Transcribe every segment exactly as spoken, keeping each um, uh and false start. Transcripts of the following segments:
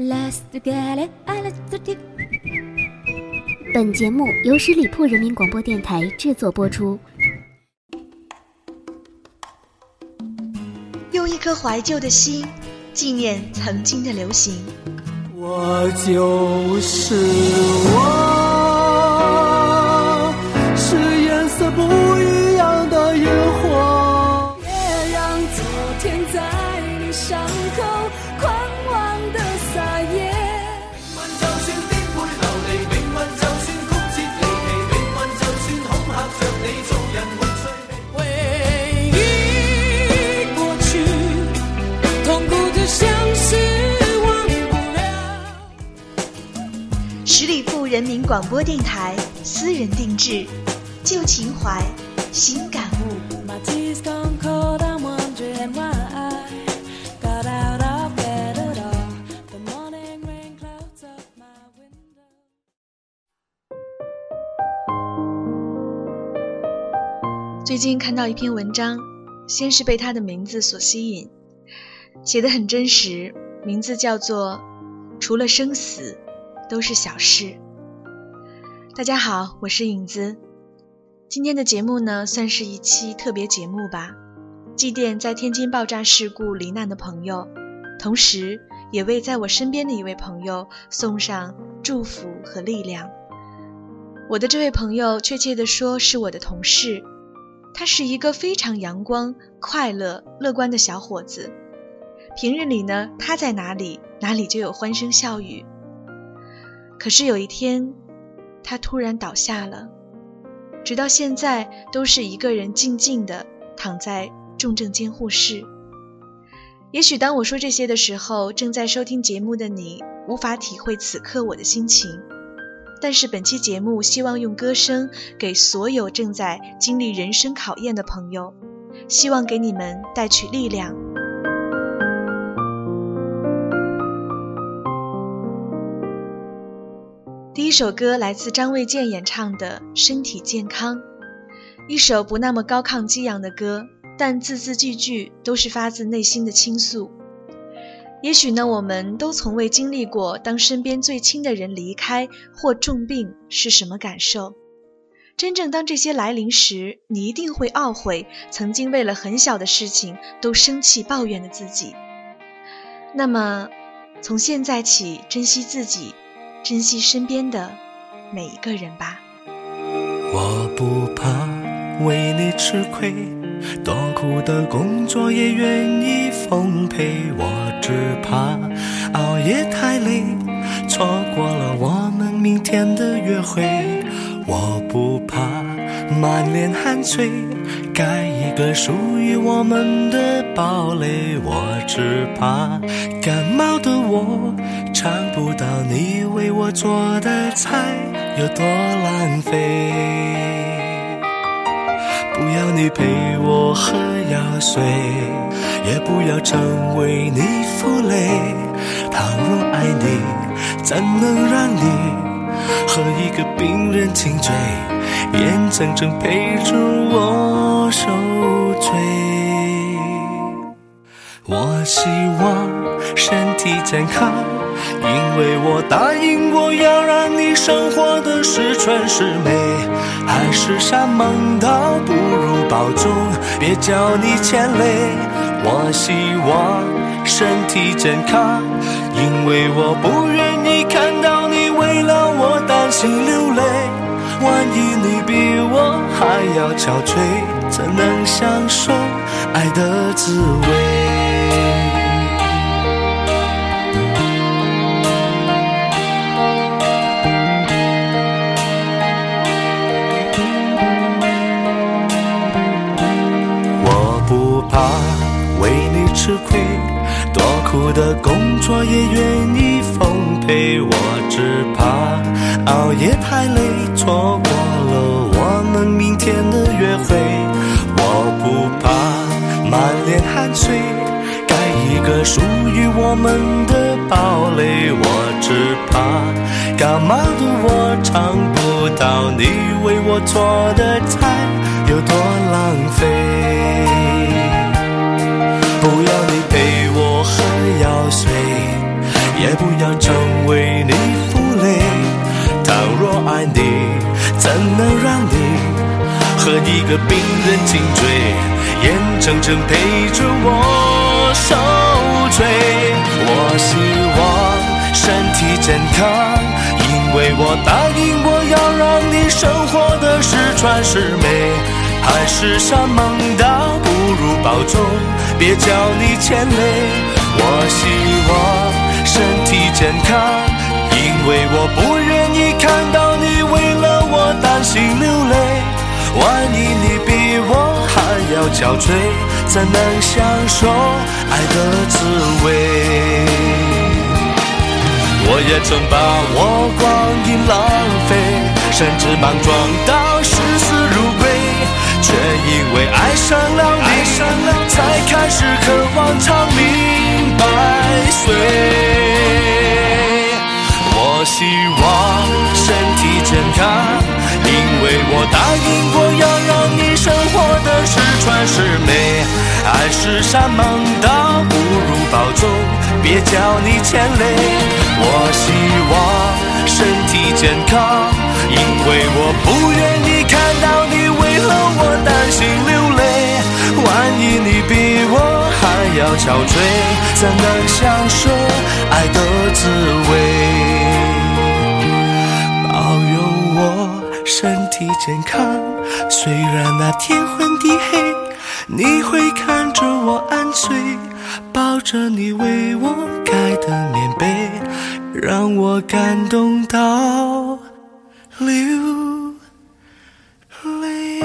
本节目由十里铺人民广播电台制作播出。 用一颗怀旧的心纪念曾经的流行。 我就是我，是颜色不一样的烟火， 别让昨天在你伤口狂妄的撒野。 命运就算顛沛流離，命運就算曲折離奇，命運就算恐嚇着你，做人沒趣味。 回憶過去，痛苦的像是忘不了。 十里铺人民廣播電台私人定制，舊情懷，新感悟。 My tea's gone cold, I'm wondering why I got out of bed at all. The morning rain clouds up my window. 最近看到一篇文章，先是被他的名字所吸引，写得很真实，名字叫做除了生死都是小事。大家好，我是影子。今天的节目呢，算是一期特别节目吧，祭奠在天津爆炸事故罹难的朋友，同时也为在我身边的一位朋友送上祝福和力量。我的这位朋友，确切地说是我的同事，他是一个非常阳光、快乐、乐观的小伙子。平日里呢，他在哪里，哪里就有欢声笑语。可是有一天，他突然倒下了，直到现在都是一个人静静地躺在重症监护室。也许当我说这些的时候，正在收听节目的你无法体会此刻我的心情，但是本期节目希望用歌声给所有正在经历人生考验的朋友，希望给你们带去力量。第一首歌来自张卫健演唱的《身体健康》，一首不那么高亢激昂的歌，但字字句句都是发自内心的倾诉。也许呢，我们都从未经历过当身边最亲的人离开或重病是什么感受。真正当这些来临时，你一定会懊悔曾经为了很小的事情都生气抱怨的自己。那么从现在起，珍惜自己，珍惜身边的每一个人吧。 我不怕为你吃亏，多苦的工作也愿意奉陪，我只怕熬夜太累，错过了我们明天的约会。我不怕满脸汗水，盖一个属于我们的堡垒。我只怕感冒的我尝不到你为我做的菜有多浪费。不要你陪我喝药水，也不要成为你负累。倘若爱你，怎能让你和一个病人亲嘴，眼睁睁陪着我受罪。我希望身体健康，因为我答应过要让你生活的十全十美。海誓山盟倒不如保重，别叫你牵累。我希望身体健康，因为我不愿意看到你为了我担心流泪。万一你比我还要憔悴，怎能享受爱的滋味？吃亏，多苦的工作也愿意奉陪。我只怕熬夜太累，错过了我们明天的约会。我不怕满脸汗水，盖一个属于我们的堡垒。我只怕感冒的我尝不到你为我做的菜有多浪费。不要你陪我喝药水，也也不要成为你负累。倘若爱你，怎能让你和一个病人颈椎，眼睁睁陪着我受罪？我希望身体健康，因为我答应我要让你生活的十全十美。海誓山盟倒不如保重，别叫你牵累。我希望身体健康，因为我不愿意看到你为了我担心流泪。万一你比我还要憔悴，怎能享受爱的滋味？我也曾把我光阴浪费，甚至莽撞到视死如归，却因为爱上了你，才开始渴望长命百岁。我希望身体健康，因为我答应过要让你生活的十全十美。爱是山盟倒不如保重，别叫你牵累。我希望身体健康，因为我不愿意看到你为了我担心流泪。万一你比我还要憔悴，怎能享受爱的滋味？保佑我身体健康，虽然那天昏地黑，你会看着我安睡，抱着你为我盖的棉被，让我感动到流泪。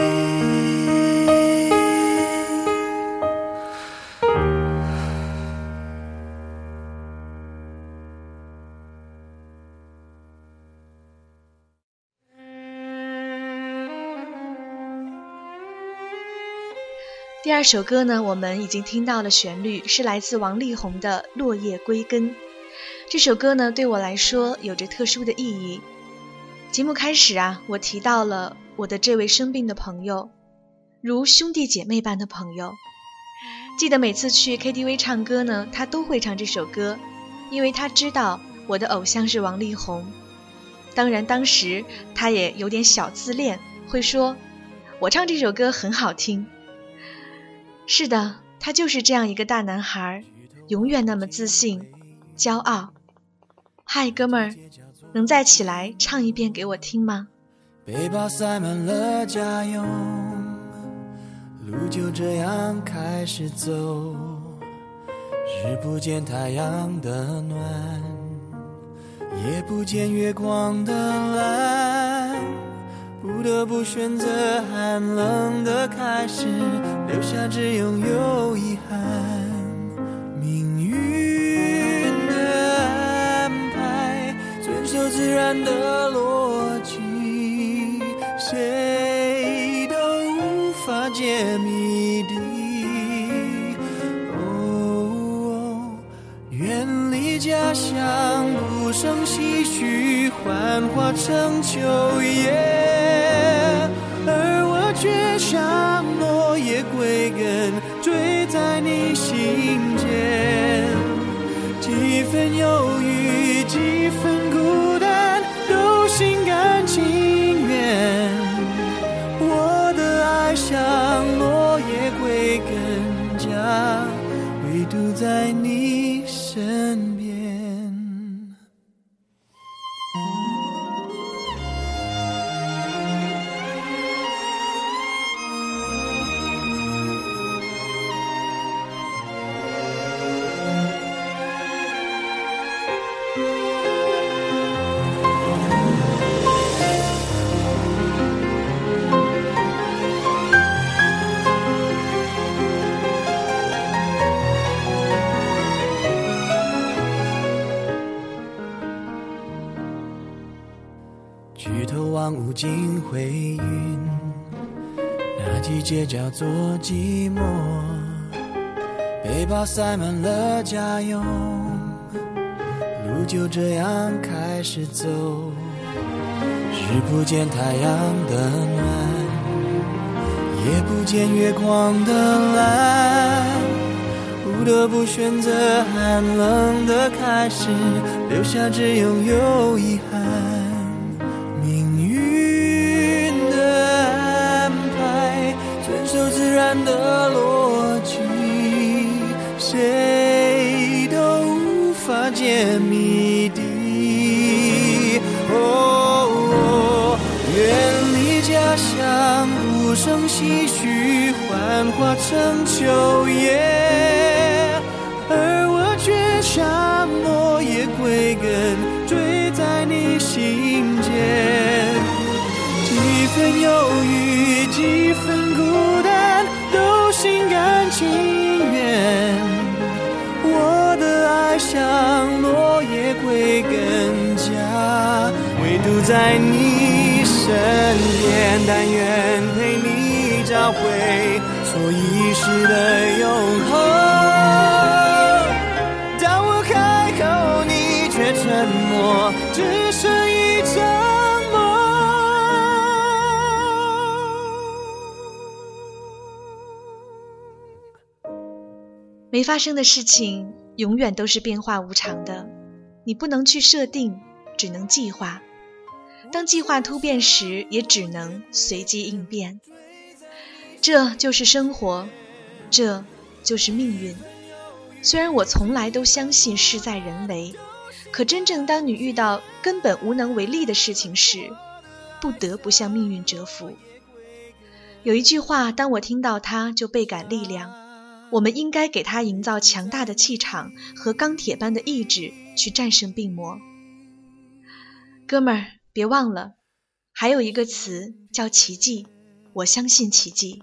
第二首歌呢，我们已经听到了旋律，是来自王力宏的《落叶归根》。这首歌呢，对我来说有着特殊的意义。节目开始啊，我提到了我的这位生病的朋友，如兄弟姐妹般的朋友。记得每次去 K T V 唱歌呢，他都会唱这首歌，因为他知道我的偶像是王力宏。当然当时他也有点小自恋，会说我唱这首歌很好听。是的，他就是这样一个大男孩，永远那么自信骄傲。嗨哥们儿，能再起来唱一遍给我听吗？ 背包塞满了家用，路就这样开始走，日不见太阳的暖，也不见月光的蓝，不得不选择寒冷的开始，留下只拥有遗憾。命运的安排遵守自然的逻辑，谁都无法解谜底。哦，远离家乡，不胜唏嘘，幻化成秋叶，而我却像落叶归根，坠在你心间。几分忧郁，几分孤单，都心甘情愿。我的爱像落叶归根，家唯独在你身边。举头望无尽灰云，那季节叫做寂寞。背包塞满了家用，路就这样开始走。日不见太阳的暖，也不见月光的蓝，不不得不选择寒冷的开始，留下只拥有遗憾。命运的安排，遵守自然的逻辑，谁都无法解谜底。哦，远离家乡，无声唏嘘幻化成秋叶，而我却像落叶归根，坠在你心间。几分忧郁，几分孤单，都心甘情愿。我的爱像落叶归根家，唯独在你身边，但愿陪你找回所遗失的永恒。当我开口，你却沉默，只剩一场梦。 没发生的事情永远都是变化无常的，你不能去设定，只能计划。当计划突变时，也只能随机应变。这就是生活，这就是命运。虽然我从来都相信事在人为，可真正当你遇到根本无能为力的事情时，不得不向命运折服。有一句话，当我听到它就倍感力量，我们应该给它营造强大的气场和钢铁般的意志，去战胜病魔。哥们儿，别忘了，还有一个词叫奇迹，我相信奇迹。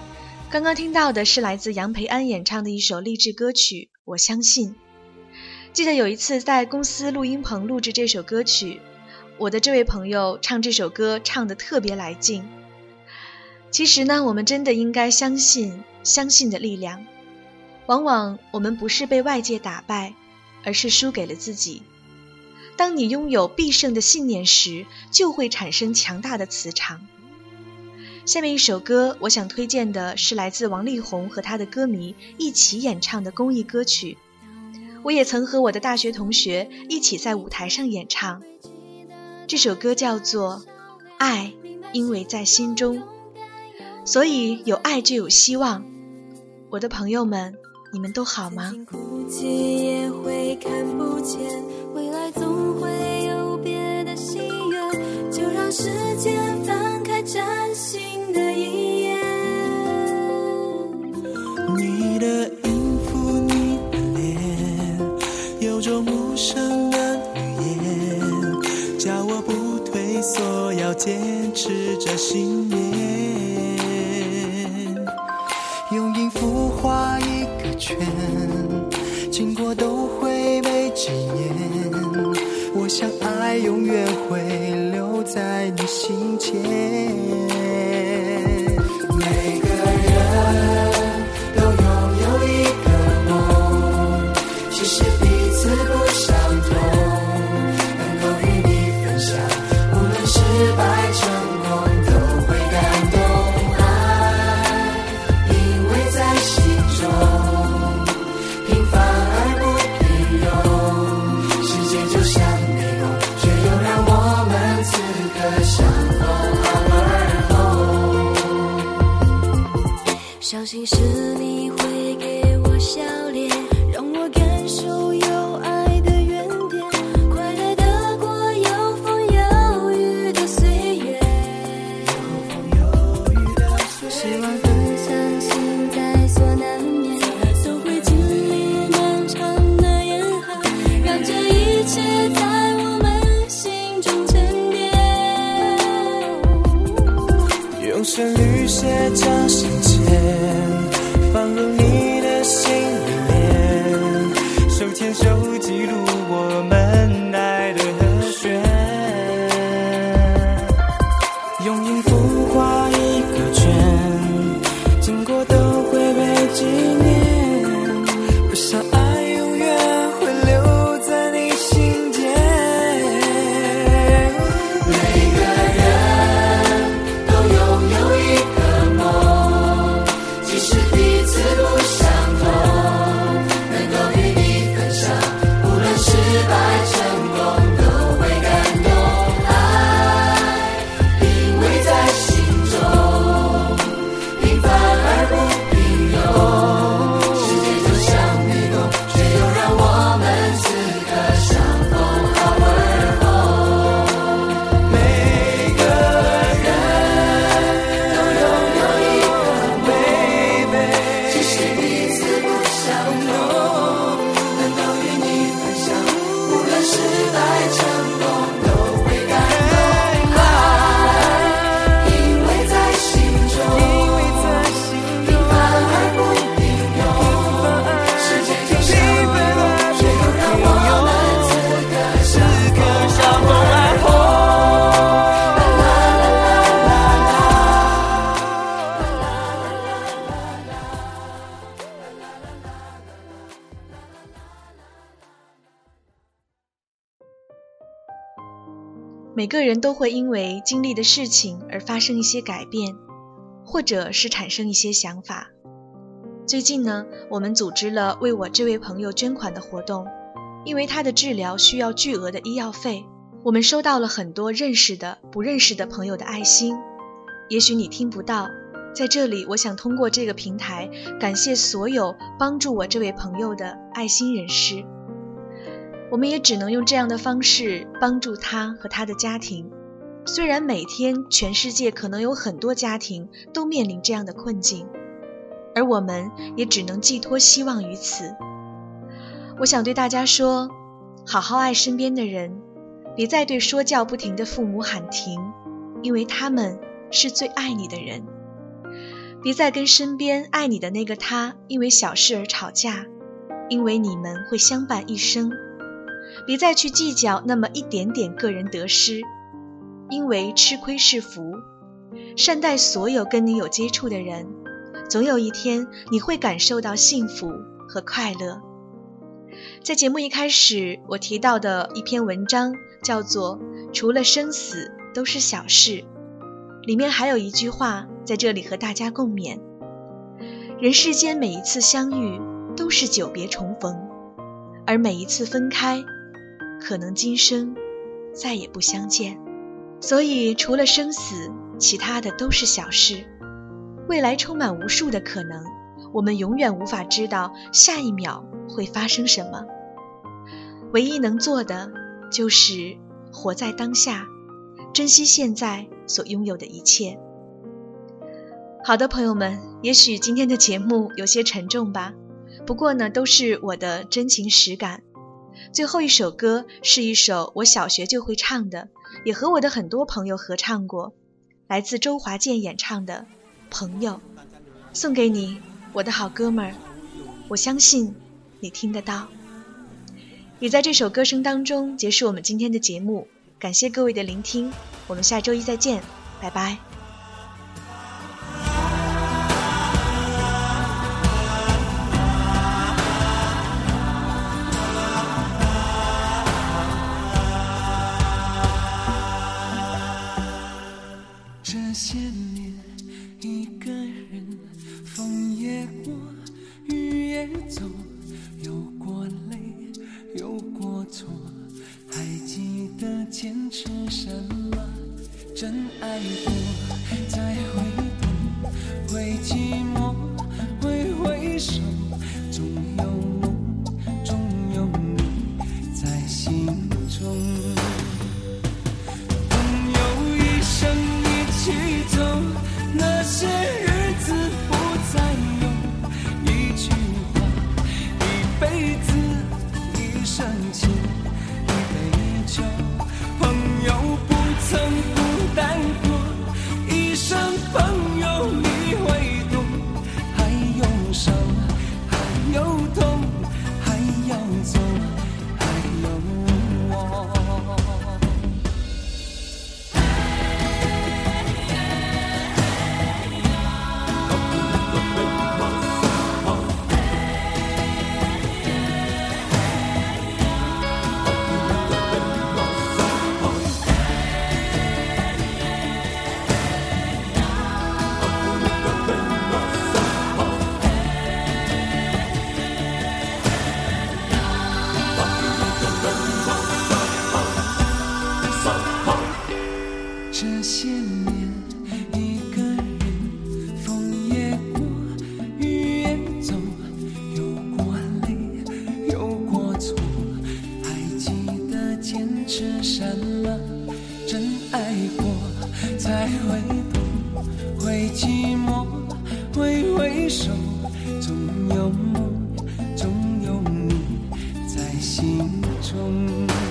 刚刚听到的是来自杨培安演唱的一首励志歌曲《我相信》。 记得有一次在公司录音棚录制这首歌曲，我的这位朋友唱这首歌唱得特别来劲。其实呢，我们真的应该相信相信的力量。往往我们不是被外界打败，而是输给了自己。当你拥有必胜的信念时，就会产生强大的磁场。下面一首歌，我想推荐的是来自王力宏和他的歌迷一起演唱的公益歌曲。我也曾和我的大学同学一起在舞台上演唱。这首歌叫做《爱因为在心中》，所以有爱就有希望。我的朋友们，你们都好吗？ 哭泣也会看不见，未来总会有别的心愿，就让时间翻开崭新的一页。 你的音符，你的脸，有种陌生的语言，叫我不退缩，要坚持着信念。用音符画一个圈，经过都会被纪念。我想爱永远会留在你心间。每个人都拥有一个梦，其实彼此不相同，能够与你分享，无论失败成功都会感动。 相信是你会给我笑脸，让我感受有爱的原点，快乐的过有风有雨的岁月。失望和伤心在所难免，都会经历漫长的严寒，让这一切在我们心中沉淀。 用旋律写张信笺，放入你的心里面，手牵手记录我们爱的和弦，用音符画一个圈，经过都会被纪念。我想爱永远会留在你心间。每个人都拥有一个梦，即使彼此不相同，能够与你分享，无论失败成功都会感动。爱因为在心中，平凡而不平庸，世界就像迷宫，却又让我们此刻相逢好而后。每个人都拥有一个梦，即使彼此不相同，能够与你分享，无论失败成功都会感动。爱因为在心中，平凡而不平庸，世界就像迷宫，却又让我们此刻相逢而后。 每个人都会因为经历的事情而发生一些改变，或者是产生一些想法。最近呢，我们组织了为我这位朋友捐款的活动，因为他的治疗需要巨额的医药费，我们收到了很多认识的、不认识的朋友的爱心。也许你听不到，在这里我想通过这个平台感谢所有帮助我这位朋友的爱心人士。我们也只能用这样的方式帮助他和他的家庭。虽然每天全世界可能有很多家庭都面临这样的困境，而我们也只能寄托希望于此。我想对大家说，好好爱身边的人，别再对说教不停的父母喊停，因为他们是最爱你的人。别再跟身边爱你的那个他因为小事而吵架， 因为你们会相伴一生。别再去计较那么一点点个人得失，因为吃亏是福。善待所有跟你有接触的人，总有一天你会感受到幸福和快乐。在节目一开始我提到的一篇文章叫做《除了生死都是小事》，里面还有一句话在这里和大家共勉：人世间每一次相遇都是久别重逢，而每一次分开可能今生再也不相见。所以除了生死，其他的都是小事。未来充满无数的可能，我们永远无法知道下一秒会发生什么。唯一能做的就是活在当下，珍惜现在所拥有的一切。好的，朋友们，也许今天的节目有些沉重吧，不过呢，都是我的真情实感。最后一首歌是一首我小学就会唱的，也和我的很多朋友合唱过，来自周华健演唱的《朋友》，送给你，我的好哥们儿，我相信你听得到。也在这首歌声当中结束我们今天的节目，感谢各位的聆听，我们下周一再见，拜拜。 这些年一个人，风也过，雨也走，有过泪，有过错，还记得坚持什么？真爱过，再回头，会寂寞，会回首，总有梦，总有你在心中。朋友一生一起走，那些日子不再有，一句话，一辈子，一生情，一杯酒。朋友不曾孤单过，一生朋友你会懂，还有伤，还有痛，还要走，还有我。这些年一个人，风也过，雨也走，有过泪，有过错，还记得坚持什么？真爱过，才会懂，会寂寞，会回首，总有梦，总有你在心中。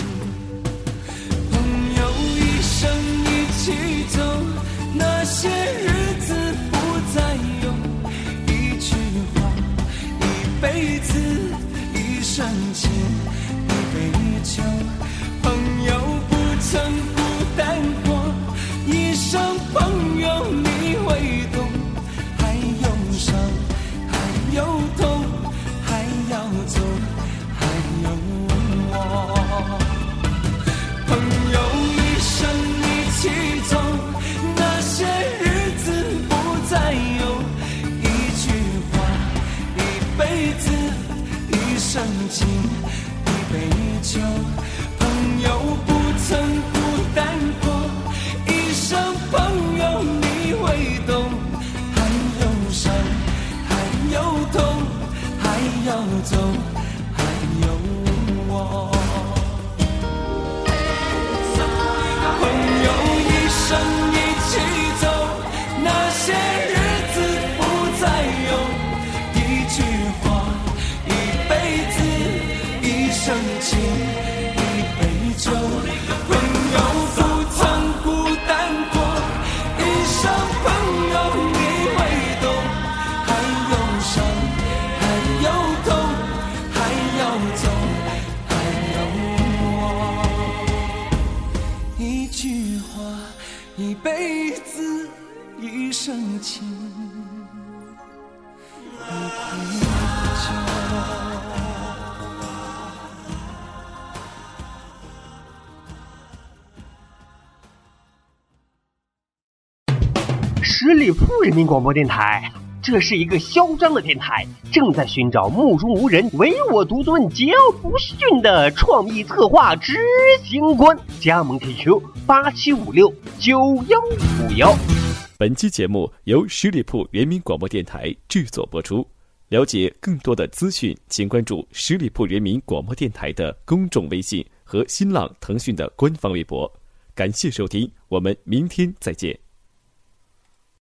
朋友一生一起走，那些日子不再有，一句话，一辈子，一生情，一杯酒。朋友不曾孤单过，一生朋友你会懂，还有伤，还有痛，还要走，还有我。朋友一生一起走，那些日子不再有，一句话，一辈子，一生情，一杯酒。朋友不曾孤单过，一生朋友你会懂，还有伤，还有痛，还要走，还有我。朋友一生一起走，那些日子不再有，一句话，一辈子，一生情，一杯酒。朋友不曾孤单过，一生朋友你会懂，还有伤，还有痛，还深情与愧疚。 十里铺人民广播电台，这是一个嚣张的电台，正在寻找目中无人、唯我独尊、桀骜不驯的创意策划执行官。加盟 Q Q 八七五六九幺五幺。 本期节目由十里铺人民广播电台制作播出。了解更多的资讯，请关注十里铺人民广播电台的公众微信和新浪、腾讯的官方微博。感谢收听，我们明天再见。